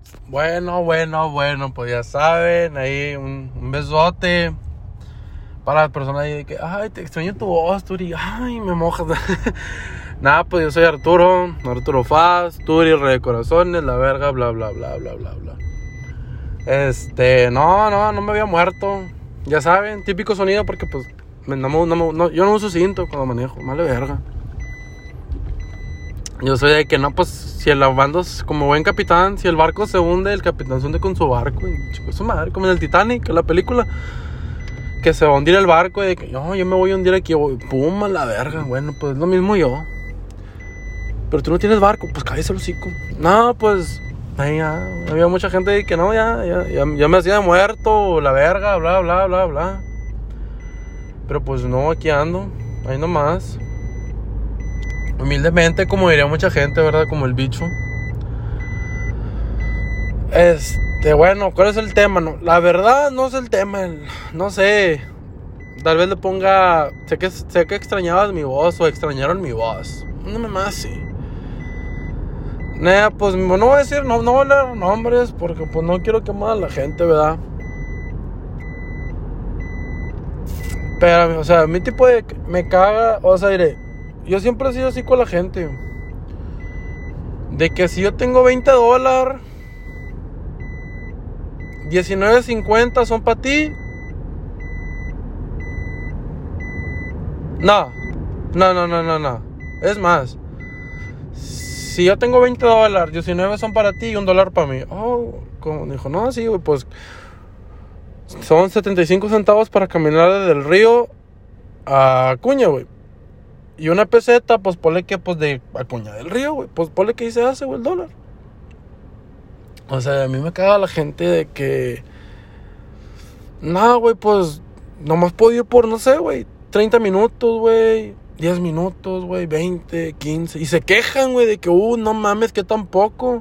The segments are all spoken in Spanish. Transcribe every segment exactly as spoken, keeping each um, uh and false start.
Bueno, bueno, bueno, pues ya saben, ahí un, un besote para las personas ahí de que, ay, te extraño tu voz, Turi, ay, me mojas. Nada, pues yo soy Arturo, Arturo Faz, Turi, Rey de Corazones, la verga, bla, bla, bla, bla, bla, bla. Este, no, no, no me había muerto. Ya saben, típico sonido porque pues, no, no, no, no, yo no uso cinto cuando manejo, vale verga. Yo soy de que no, pues, si el bando es como buen capitán, si el barco se hunde, el capitán se hunde con su barco. Y chico, su madre, como en el Titanic, en la película, que se va a hundir el barco y de que, no, yo me voy a hundir aquí, voy, pum, a la verga. Bueno, pues es lo mismo yo. Pero tú no tienes barco, pues cállese el hocico. No, pues, ahí ya, había mucha gente de que no, ya, ya, ya, ya me hacía muerto, la verga, bla, bla, bla, bla. Pero pues no, aquí ando, ahí nomás. Humildemente, como diría mucha gente, ¿verdad? Como el bicho. Este, bueno, ¿cuál es el tema? No, la verdad no es el tema. El, no sé. Tal vez le ponga. Sé que, sé que extrañabas mi voz o extrañaron mi voz. No me más así. Nah, pues no voy a decir, no, no voy a leer nombres porque pues no quiero quemar a la gente, ¿verdad? Pero, o sea, mi tipo de. Me caga, o sea, diré. Yo siempre he sido así con la gente. De que si yo tengo veinte dólares, diecinueve cincuenta son para ti. No, no, no, no, no, no. Es más, si yo tengo veinte dólares, diecinueve son para ti y un dólar para mí. Oh, como dijo, no, sí, güey, pues son setenta y cinco centavos para caminar desde el río a Acuña, güey. Y una peseta, pues ponle que, pues de Acuña del Río, güey. Pues ponle que ahí se hace, güey, el dólar. O sea, a mí me caga la gente de que. No, güey, pues. Nomás puedo ir por, no sé, güey. treinta minutos, güey. diez minutos, güey. veinte, quince. Y se quejan, güey, de que, uh, no mames, que tampoco.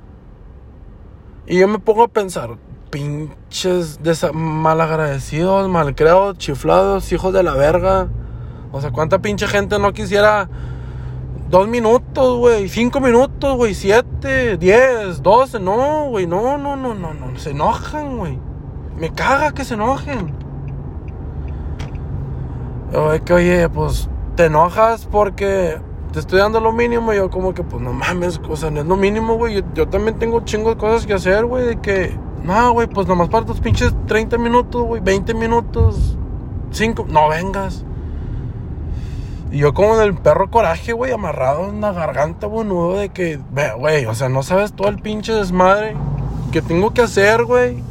Y yo me pongo a pensar, pinches desa- malagradecidos, malcreados, chiflados, hijos de la verga. O sea, ¿cuánta pinche gente no quisiera dos minutos, güey? Cinco minutos, güey. Siete, diez, doce. No, güey. No, no, no, no, no. Se enojan, güey. Me caga que se enojen. Oye, que oye, pues te enojas porque te estoy dando lo mínimo. Y yo como que, pues no mames, o sea, no es lo mínimo, güey. Yo, yo también tengo chingo de cosas que hacer, güey. De que, no, güey, pues nomás para tus pinches treinta minutos, güey. veinte minutos. cinco, no vengas. Y yo como en el perro coraje, güey, amarrado en la garganta, bonudo, de que, güey, o sea, no sabes todo el pinche desmadre que tengo que hacer, güey,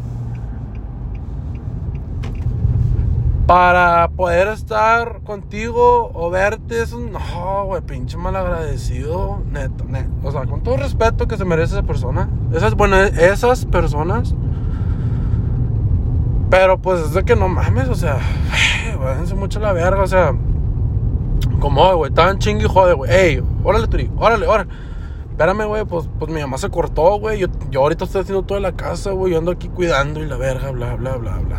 para poder estar contigo o verte. Eso, no, güey, pinche malagradecido, neto, neto. O sea, con todo respeto que se merece esa persona, esas, bueno, esas personas. Pero pues es de que no mames, o sea, váyanse mucho a la verga, o sea. Como, güey, estaban chingue y jode, güey. Ey, órale, Turi, órale, órale. Espérame, güey, pues, pues mi mamá se cortó, güey. Yo, yo ahorita estoy haciendo toda la casa, güey. Yo ando aquí cuidando y la verga, bla, bla, bla, bla.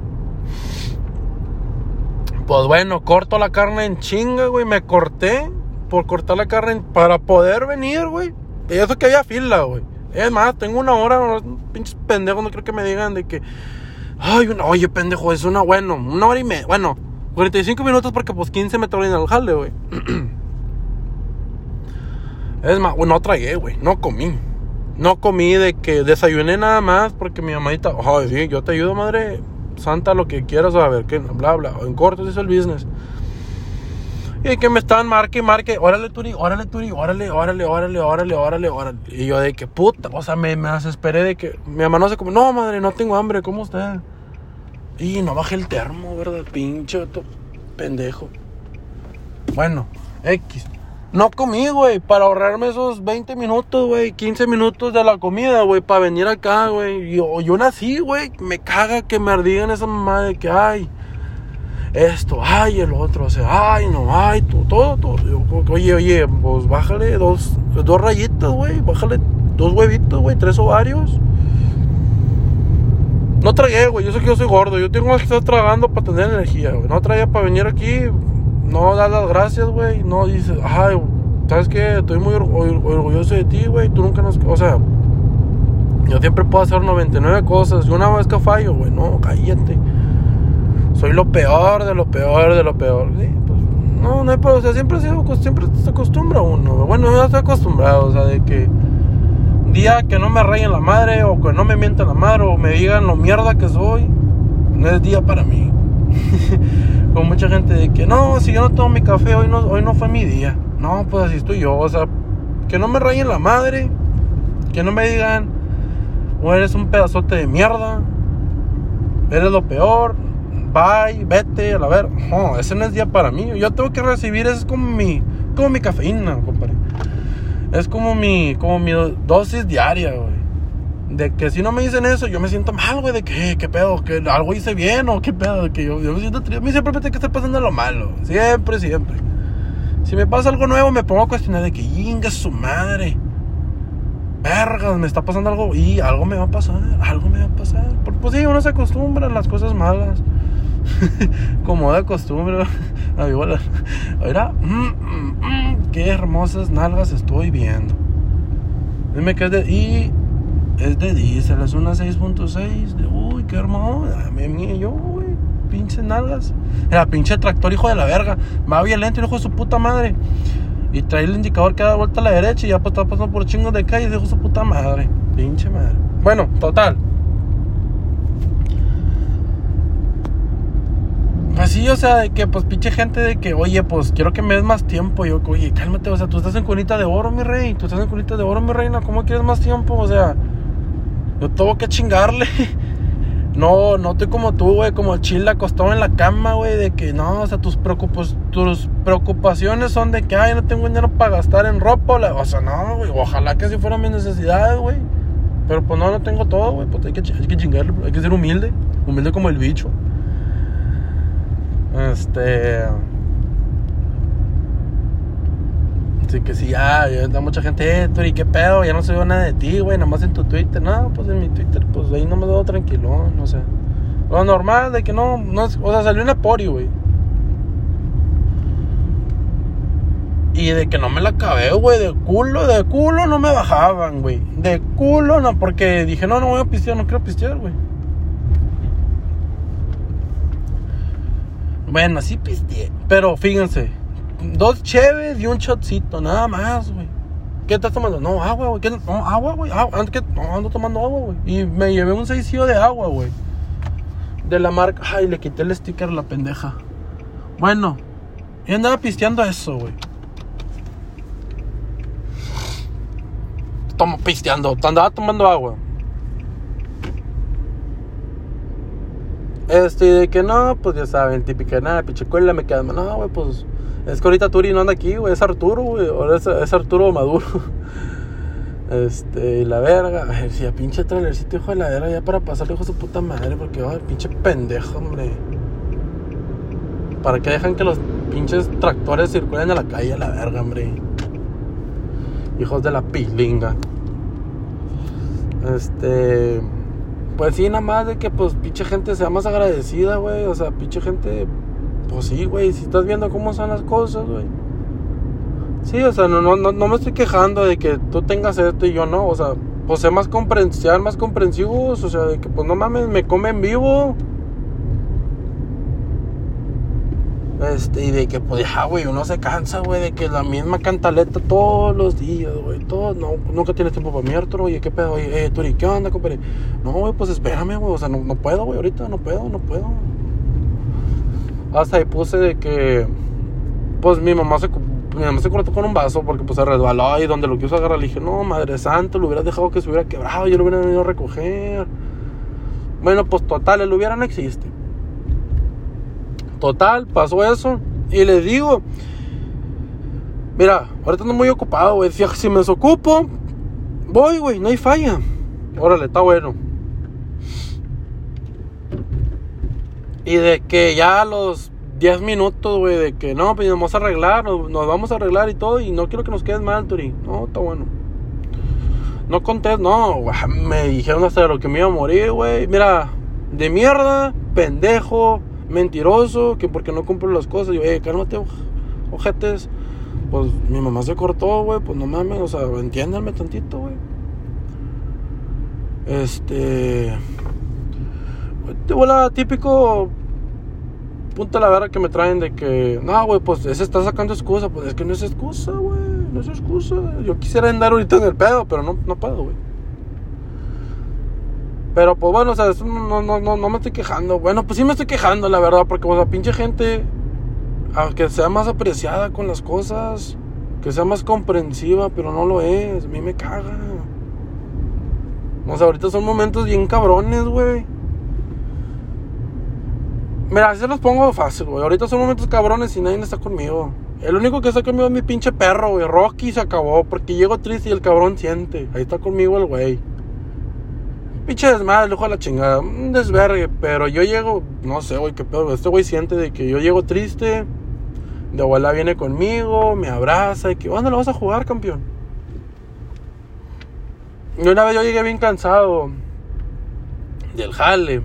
Pues bueno, corto la carne en chinga, güey. Me corté por cortar la carne en, para poder venir, güey. Y eso que había fila, güey. Es más, tengo una hora, unos pinches pendejos, no creo que me digan de que... Ay, una, oye, pendejo, es una, bueno, una hora y media, bueno... cuarenta y cinco minutos porque pues quince me traen al jale, güey. Es más, no tragué, güey. No comí. No comí de que desayuné nada más porque mi mamadita, ay, sí, yo te ayudo, madre santa, lo que quieras, a ver, que bla, bla. En corto hizo el business. Y que me estaban marque y marque, órale, Turi, órale, Turi, órale, órale, órale, órale, órale, órale. Y yo de que puta, o sea, me, me desesperé de que mi mamá no se come, no, madre, no tengo hambre, ¿cómo usted? Y no bajé el termo, ¿verdad? Pinche pendejo. Bueno, X. No comí, güey, para ahorrarme esos veinte minutos, güey, quince minutos de la comida, güey, para venir acá, güey. Yo, yo nací, güey, me caga que me ardían esa mamá de que, ay, esto, ay, el otro, o sea, ay, no, ay, todo, todo, todo. Yo, oye, oye, pues bájale dos, dos rayitas, güey, bájale dos huevitos, güey, tres ovarios. No tragué, güey, yo sé que yo soy gordo, yo tengo que estar tragando para tener energía, güey. No traía para venir aquí, no dar las gracias, güey, no dices, ay, ¿sabes qué? Estoy muy orgulloso de ti, güey, tú nunca nos, o sea, Yo siempre puedo hacer noventa y nueve cosas. Y una vez que fallo, güey, no, cállate. Soy lo peor de lo peor de lo peor. Sí, pues, no, no hay problema. O sea, siempre, siempre se acostumbra uno, güey. Bueno, yo ya estoy acostumbrado, o sea, de que día que no me rayen la madre, o que no me mientan la madre, o me digan lo mierda que soy, no es día para mí. Con mucha gente de que, no, si yo no tomo mi café, hoy no, hoy no fue mi día. No, pues así estoy yo, o sea, que no me rayen la madre, que no me digan, o eres un pedazote de mierda, eres lo peor, bye, vete, a la ver. No, ese no es día para mí. Yo tengo que recibir, eso es como mi, como mi cafeína, compadre. Es como mi, como mi dosis diaria, güey. De que si no me dicen eso, yo me siento mal, güey. De que, qué pedo, que algo hice bien o qué pedo. Que yo, yo me siento triste. A mí siempre me tiene que estar pasando lo malo. Siempre, siempre. Si me pasa algo nuevo, me pongo a cuestionar de que, yinga su madre. Vergas, me está pasando algo y algo me va a pasar. Algo me va a pasar. Pues sí, uno se acostumbra a las cosas malas. Como de costumbre. A mi bola. Mira, mm, mm, mm, qué hermosas nalgas estoy viendo. Dime que es de. Y es de diésel, es una seis punto seis. Uy, qué hermosa. A mí, yo, güey. Pinches nalgas. Era pinche tractor, hijo de la verga. Va violento, hijo de su puta madre. Y trae el indicador que da vuelta a la derecha. Y ya pues está pasando por chingos de calles, hijo de su puta madre. Pinche madre. Bueno, total. Así, o sea, de que, pues, pinche gente de que, oye, pues, quiero que me des más tiempo. Yo, oye, cálmate, o sea, tú estás en cunita de oro, mi rey. Tú estás en cunita de oro, mi reina. ¿Cómo quieres más tiempo? O sea, yo tengo que chingarle. No, no estoy como tú, güey, como chile acostado en la cama, güey, de que, no, o sea, tus, preocupas, tus preocupaciones son de que, ay, no tengo dinero para gastar en ropa. O sea, no, güey, ojalá que así fueran mis necesidades, güey. Pero, pues, no, no tengo todo, güey, pues hay que, hay que chingarle, hay que ser humilde. Humilde como el bicho. Este. Así que sí, ya, ya da mucha gente, eh, Turi, qué pedo, ya no se ve nada de ti, güey, nada más en tu Twitter. No, pues en mi Twitter, pues ahí no me doy tranquilo, no sé. Lo normal de que no, no, o sea, salió una pori, güey. Y de que no me la acabé, güey, de culo, de culo no me bajaban, güey. De culo no, porque dije, no, no voy a pistear, no quiero pistear, güey. Bueno, así pisteé. Pero fíjense, dos cheves y un shotcito, nada más, güey. ¿Qué estás tomando? No, agua, güey. No, agua, güey. Ah, ¿qué? No, ando tomando agua, güey. Y me llevé un seisío de agua, güey. De la marca. Ay, le quité el sticker a la pendeja. Bueno, yo andaba pisteando eso, güey. Tomo pisteando. Andaba tomando agua. Este, de que no, pues ya saben, típica, nada, pinche cola, me queda, no, güey, pues, es que ahorita Turi no anda aquí, güey, es Arturo, güey, ahora es, es Arturo Maduro. Este, y la verga, a ver, si a pinche trailercito, hijo de la verga, ya para pasarle, hijo de su puta madre, porque, ay, pinche pendejo, hombre. ¿Para qué dejan que los pinches tractores circulen a la calle, a la verga, hombre? Hijos de la pilinga. Este... Pues sí, nada más de que, pues, pinche gente sea más agradecida, güey. O sea, pinche gente... Pues sí, güey, si estás viendo cómo son las cosas, güey. Sí, o sea, no, no, no, no me estoy quejando de que tú tengas esto y yo no. O sea, pues sé más compren- sean más comprensivos. O sea, de que, pues, no mames, me comen vivo. Este, y de que, pues, ya, güey, uno se cansa, güey, de que la misma cantaleta todos los días, güey, todos, no, nunca tienes tiempo para mí, Arturo, oye, ¿qué pedo? Oye, eh, Turi, ¿qué onda, compadre? No, güey, pues, espérame, güey, o sea, no, no puedo, güey, ahorita, no puedo, no puedo. Hasta ahí puse de que, pues, mi mamá se, mi mamá se cortó con un vaso porque, pues, se resbaló y donde lo quiso agarrar, le dije, no, madre santa, lo hubieras dejado que se hubiera quebrado, yo lo hubiera venido a recoger. Bueno, pues, total, el hubiera no existe. Total, pasó eso. Y les digo, mira, ahorita ando muy ocupado, güey. Si me desocupo, voy, güey, no hay falla. Órale, está bueno. Y de que ya a los diez minutos, güey, de que no, pues nos vamos a arreglar, nos, nos vamos a arreglar y todo. Y no quiero que nos quedes mal, Turi. No, está bueno. No conté, no, güey, me dijeron hasta lo que me iba a morir, güey. Mira, de mierda, pendejo, mentiroso, que porque no compro las cosas. Yo, eh, cálmate, ojetes. Pues mi mamá se cortó, güey, pues no mames, o sea, entiéndanme tantito, güey. Este... De bola, típico punto de la verga que me traen de que... No, güey, pues ese está sacando excusa. Pues es que no es excusa, güey. No es excusa. Yo quisiera andar ahorita en el pedo, pero no, no puedo, güey. Pero pues bueno, o sea, no, no, no, no me estoy quejando. Bueno, pues sí me estoy quejando, la verdad. Porque, o sea, pinche gente... A que sea más apreciada con las cosas... Que sea más comprensiva, pero no lo es. A mí me caga. O sea, ahorita son momentos bien cabrones, güey. Mira, así se los pongo fácil, güey. Ahorita son momentos cabrones y nadie está conmigo. El único que está conmigo es mi pinche perro, güey. Rocky se acabó porque llego triste y el cabrón siente. Ahí está conmigo el güey. Pinche desmadre, lujo a la chingada. Un desvergue, pero yo llego... No sé, güey, qué pedo. Este güey siente de que yo llego triste. De abuela viene conmigo, me abraza y que... ¿Dónde lo vas a jugar, campeón? Y una vez yo llegué bien cansado del jale.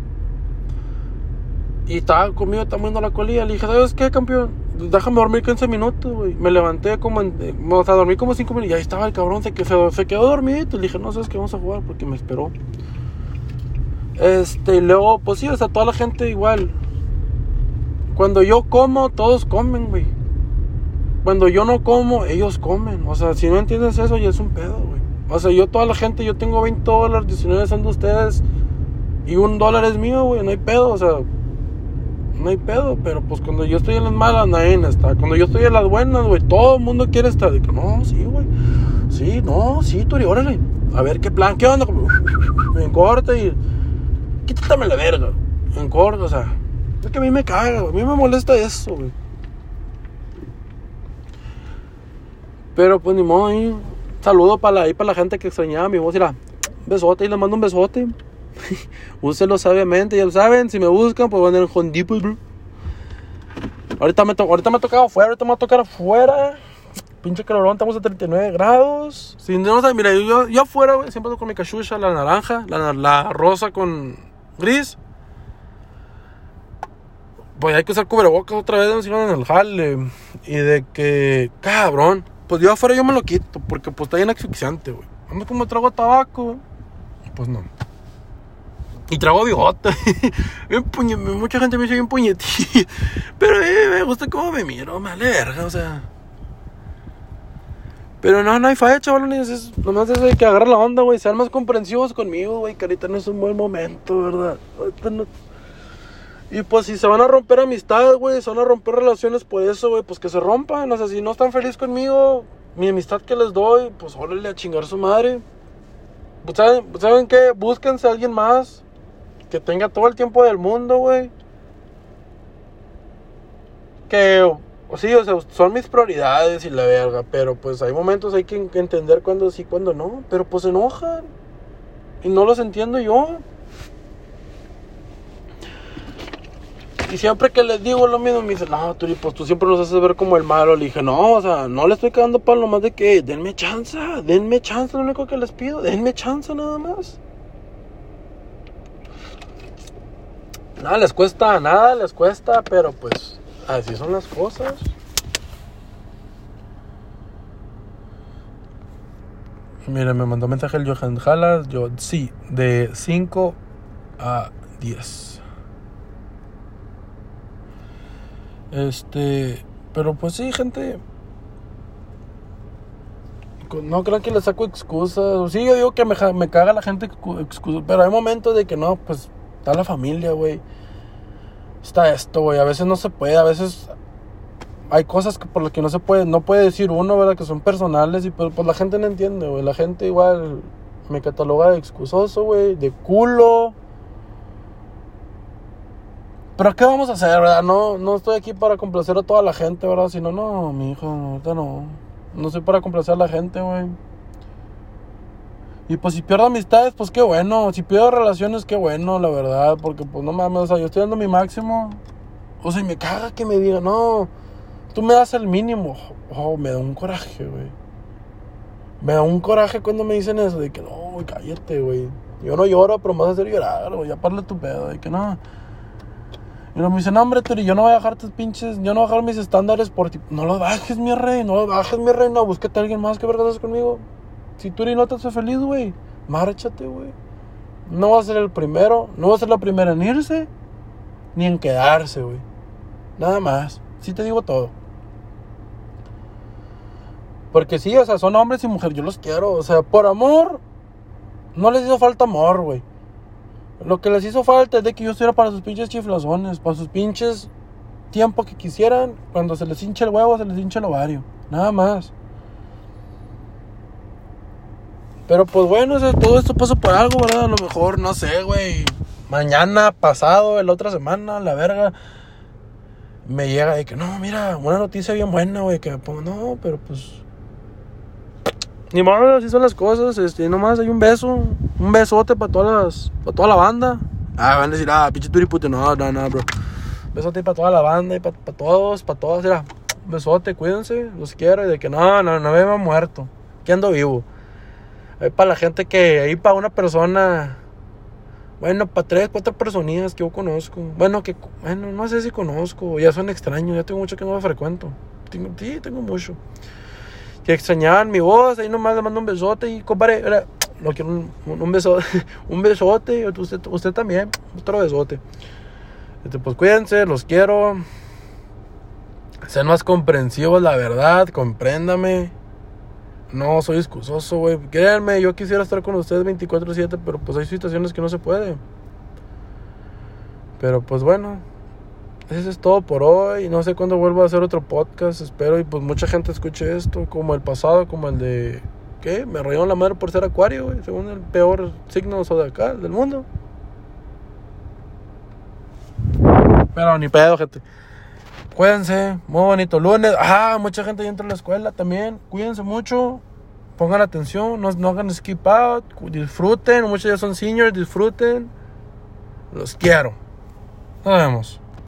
Y estaba conmigo, estaba moviendo la colilla. Le dije, ¿sabes qué, campeón? Déjame dormir quince minutos, güey. Me levanté como en... O sea, dormí como cinco minutos. Y ahí estaba el cabrón, se, se, se quedó dormido. Le dije, no, ¿sabes qué? Vamos a jugar porque me esperó. Este, y luego, pues sí, o sea, toda la gente igual. Cuando yo como, todos comen, güey. Cuando yo no como, ellos comen. O sea, si no entiendes eso, ya es un pedo, güey. O sea, yo, toda la gente, yo tengo veinte dólares, diecinueve son de ustedes. Y un dólar es mío, güey. No hay pedo, o sea... No hay pedo, pero pues cuando yo estoy en las malas, nadie está. Cuando yo estoy en las buenas, güey, todo el mundo quiere estar. Digo, no, sí, güey. Sí, no, sí, Tori, órale. A ver, ¿qué plan? ¿Qué onda? En corte y... Quítatame la verga. En corte, o sea... Es que a mí me caga, güey. A mí me molesta eso, güey. Pero pues ni modo, ahí. Saludo para la, ahí para la gente que extrañaba mi voz. Mira, un besote y les mando un besote. Úsenlo sabiamente, ya lo saben. Si me buscan, pues van a ir en Home Depot, bro. Ahorita me, to- ahorita me ha tocado afuera, ahorita me va a tocar afuera. Pinche calorón, estamos a treinta y nueve grados. Si no sabes, mira, yo, yo afuera, güey, siempre ando con mi cachucha, la naranja, la, la rosa con gris. Pues hay que usar cubrebocas otra vez, nos en el jale. Y de que, cabrón, pues yo afuera yo me lo quito, porque pues está bien asfixiante, güey. Ando como trago tabaco, pues no. Y trago bigote. Bien puñe, mucha gente me dice bien puñetilla. Pero eh, me gusta cómo me miro, me alerga, o sea. Pero no, no hay falla, chavalones. Es, nomás eso hay que agarrar la onda, güey. Sean más comprensivos conmigo, güey. Que ahorita no es un buen momento, ¿verdad? Ahorita no. Y pues si se van a romper amistades, güey, se van a romper relaciones por eso, güey, pues que se rompan. O sea, si no están felices conmigo, mi amistad que les doy, pues órale a chingar su madre. Pues, ¿saben, ¿saben qué? Búsquense a alguien más que tenga todo el tiempo del mundo, güey. Que, sí, o sea, son mis prioridades y la verga, pero pues hay momentos hay que entender cuándo sí, cuándo no. Pero pues se enojan. Y no los entiendo yo. Y siempre que les digo lo mismo, me dicen, no, Turi, pues tú siempre nos haces ver como el malo. Le dije, no, o sea, no le estoy quedando palo, nomás de que denme chance, denme chance, lo único que les pido, denme chance nada más. Nada les cuesta, nada les cuesta, pero pues así son las cosas. Mira, me mandó mensaje el Johan Jalas, yo sí, de cinco a diez. Este, pero pues sí, gente. No crean que le saco excusas. Sí, yo digo que me, me caga la gente excusas, pero hay momentos de que no, pues está la familia, güey. Está esto, güey. A veces no se puede, a veces hay cosas que por las que no se puede, no puede decir uno, ¿verdad? Que son personales y pues, pues la gente no entiende, güey. La gente igual me cataloga de excusoso, güey, de culo. Pero ¿qué vamos a hacer, verdad? No, no estoy aquí para complacer a toda la gente, ¿verdad? Si no, no, mi hijo, ahorita no. No soy para complacer a la gente, güey. Y pues si pierdo amistades, pues qué bueno. Si pierdo relaciones, qué bueno, la verdad. Porque pues no mames, o sea, yo estoy dando mi máximo. O sea, y me caga que me digan, no, tú me das el mínimo. Oh, me da un coraje, güey. Me da un coraje cuando me dicen eso. De que no, güey, cállate, güey. Yo no lloro, pero me vas a hacer llorar, güey. Ya parle tu pedo. De que no. Y luego me dicen, no, hombre, Turi, yo no voy a bajar tus pinches, yo no voy a bajar mis estándares por ti. No lo bajes, mi rey, no lo bajes, mi rey, no, búscate a alguien más que vergas conmigo. Si Turi no te hace feliz, güey, márchate, güey. No va a ser el primero, no va a ser la primera en irse, ni en quedarse, güey. Nada más. Sí te digo todo. Porque sí, o sea, son hombres y mujeres, yo los quiero. O sea, por amor, no les hizo falta amor, güey. Lo que les hizo falta es de que yo estuviera para sus pinches chiflazones, para sus pinches tiempo que quisieran. Cuando se les hinche el huevo, se les hinche el ovario. Nada más. Pero pues bueno, o sea, todo esto pasa por algo, ¿verdad? A lo mejor, no sé, güey. Mañana, pasado, la otra semana, la verga. Me llega de que, no, mira, una noticia bien buena, güey. Que pues, no, pero pues... Ni modo, así son las cosas. Este, nomás hay un beso. Un besote para todas las... Para toda la banda. Ah, van a decir, ah, pinche turipute. No, no, no, bro. Besote para toda la banda y para pa todos, para todas. Mira, un besote, cuídense. Los quiero. Y de que no, no, no me he muerto. Que ando vivo. Ahí para la gente que... Ahí para una persona... Bueno, para tres, cuatro personillas que yo conozco. Bueno, que... Bueno, no sé si conozco. Ya son extraños. Ya tengo mucho que no me frecuento. Tengo, sí, tengo mucho. Que extrañaban mi voz. Ahí nomás le mando un besote. Y compadre, era, no quiero un, un besote. Un besote. Usted, usted también. Otro besote. Este, pues cuídense. Los quiero. Sean más comprensivos, la verdad. Compréndame. No soy excusoso, güey. Créanme, yo quisiera estar con ustedes veinticuatro siete, pero pues hay situaciones que no se puede. Pero pues bueno, eso es todo por hoy. No sé cuándo vuelvo a hacer otro podcast. Espero y pues mucha gente escuche esto, como el pasado, como el de... ¿Qué? Me rayaron la madre por ser acuario, güey. Según el peor signo zodiacal del mundo. Pero ni pedo, gente. Cuídense, muy bonito lunes. Ah, mucha gente ya entra a la escuela también. Cuídense mucho, pongan atención, no, no hagan skip out, disfruten. Muchos ya son seniors, disfruten. Los quiero. Nos vemos.